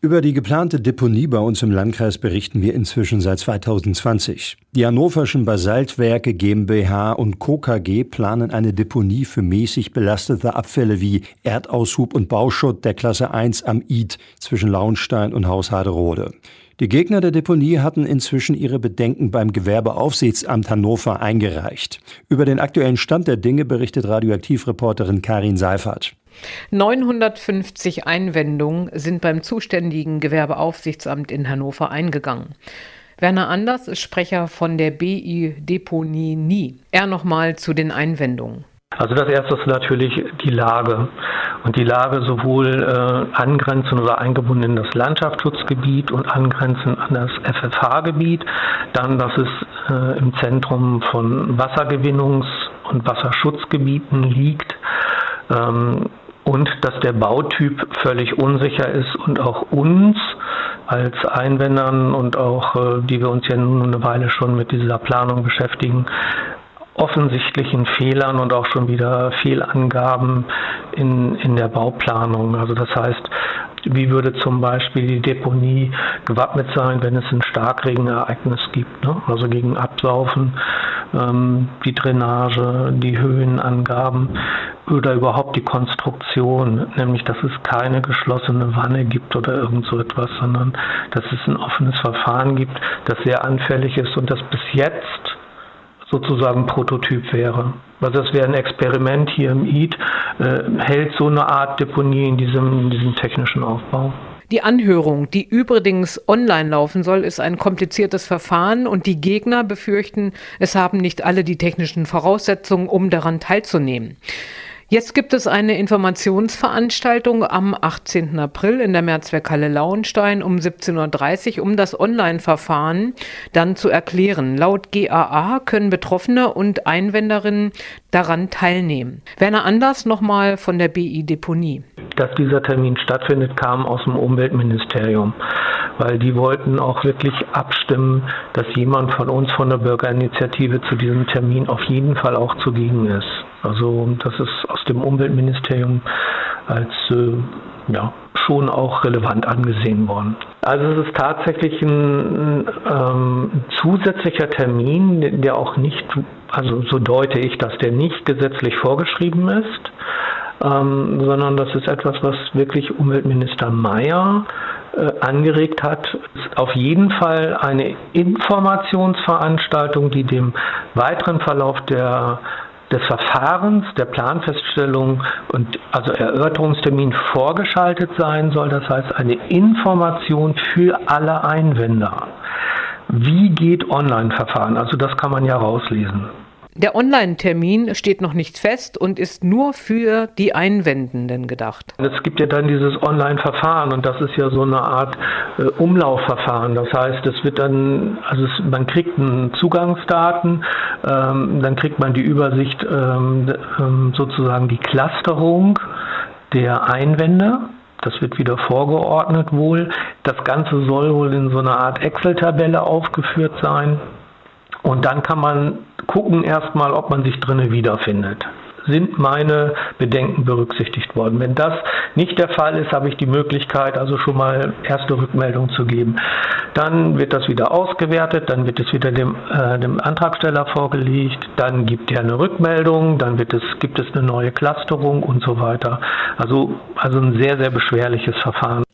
Über die geplante Deponie bei uns im Landkreis berichten wir inzwischen seit 2020. Die Hannoverschen Basaltwerke GmbH und Co. KG planen eine Deponie für mäßig belastete Abfälle wie Erdaushub und Bauschutt der Klasse 1 am Id zwischen Launstein und Haus Haderode. Die Gegner der Deponie hatten inzwischen ihre Bedenken beim Gewerbeaufsichtsamt Hannover eingereicht. Über den aktuellen Stand der Dinge berichtet Radioaktivreporterin Karin Seifert. 950 Einwendungen sind beim zuständigen Gewerbeaufsichtsamt in Hannover eingegangen. Werner Anders ist Sprecher von der BI Deponie Nie. Er nochmal zu den Einwendungen. Also das erste ist natürlich die Lage. Und die Lage sowohl angrenzend oder eingebunden in das Landschaftsschutzgebiet und angrenzend an das FFH-Gebiet. Dann, dass es im Zentrum von Wassergewinnungs- und Wasserschutzgebieten liegt. Und dass der Bautyp völlig unsicher ist und auch uns als Einwendern und auch, die wir uns ja nun eine Weile schon mit dieser Planung beschäftigen, offensichtlichen Fehlern und auch schon wieder Fehlangaben in der Bauplanung. Also das heißt, wie würde zum Beispiel die Deponie gewappnet sein, wenn es ein Starkregenereignis gibt, ne? Also gegen Ablaufen, die Drainage, die Höhenangaben oder überhaupt die Konstruktion, nämlich dass es keine geschlossene Wanne gibt oder irgend so etwas, sondern dass es ein offenes Verfahren gibt, das sehr anfällig ist und das bis jetzt sozusagen Prototyp wäre. Also das wäre ein Experiment hier im Id, hält so eine Art Deponie in diesem technischen Aufbau. Die Anhörung, die übrigens online laufen soll, ist ein kompliziertes Verfahren und die Gegner befürchten, es haben nicht alle die technischen Voraussetzungen, um daran teilzunehmen. Jetzt gibt es eine Informationsveranstaltung am 18. April in der Mehrzweckhalle Launstein um 17.30 Uhr, um das Online-Verfahren dann zu erklären. Laut GAA können Betroffene und Einwenderinnen daran teilnehmen. Werner Anders nochmal von der BI Deponie. Dass dieser Termin stattfindet, kam aus dem Umweltministerium, weil die wollten auch wirklich abstimmen, dass jemand von uns von der Bürgerinitiative zu diesem Termin auf jeden Fall auch zugegen ist. Also das ist aus dem Umweltministerium als schon auch relevant angesehen worden. Also es ist tatsächlich ein zusätzlicher Termin, der auch nicht, also so deute ich, dass der nicht gesetzlich vorgeschrieben ist, sondern das ist etwas, was wirklich Umweltminister Mayer angeregt hat. Auf jeden Fall eine Informationsveranstaltung, die dem weiteren Verlauf des Verfahrens, der Planfeststellung und also Erörterungstermin vorgeschaltet sein soll. Das heißt, eine Information für alle Einwender. Wie geht Online-Verfahren? Also das kann man ja rauslesen. Der Online-Termin steht noch nicht fest und ist nur für die Einwendenden gedacht. Es gibt ja dann dieses Online-Verfahren und das ist ja so eine Art Umlaufverfahren. Das heißt, es wird dann, man kriegt Zugangsdaten, dann kriegt man die Übersicht, sozusagen die Clusterung der Einwände. Das wird wieder vorgeordnet wohl. Das Ganze soll wohl in so einer Art Excel-Tabelle aufgeführt sein. Und dann kann man gucken erstmal, ob man sich drinnen wiederfindet. Sind meine Bedenken berücksichtigt worden? Wenn das nicht der Fall ist, habe ich die Möglichkeit, also schon mal erste Rückmeldung zu geben. Dann wird das wieder ausgewertet, dann wird es wieder dem Antragsteller vorgelegt, dann gibt er eine Rückmeldung, dann gibt es eine neue Clusterung und so weiter. Also ein sehr, sehr beschwerliches Verfahren.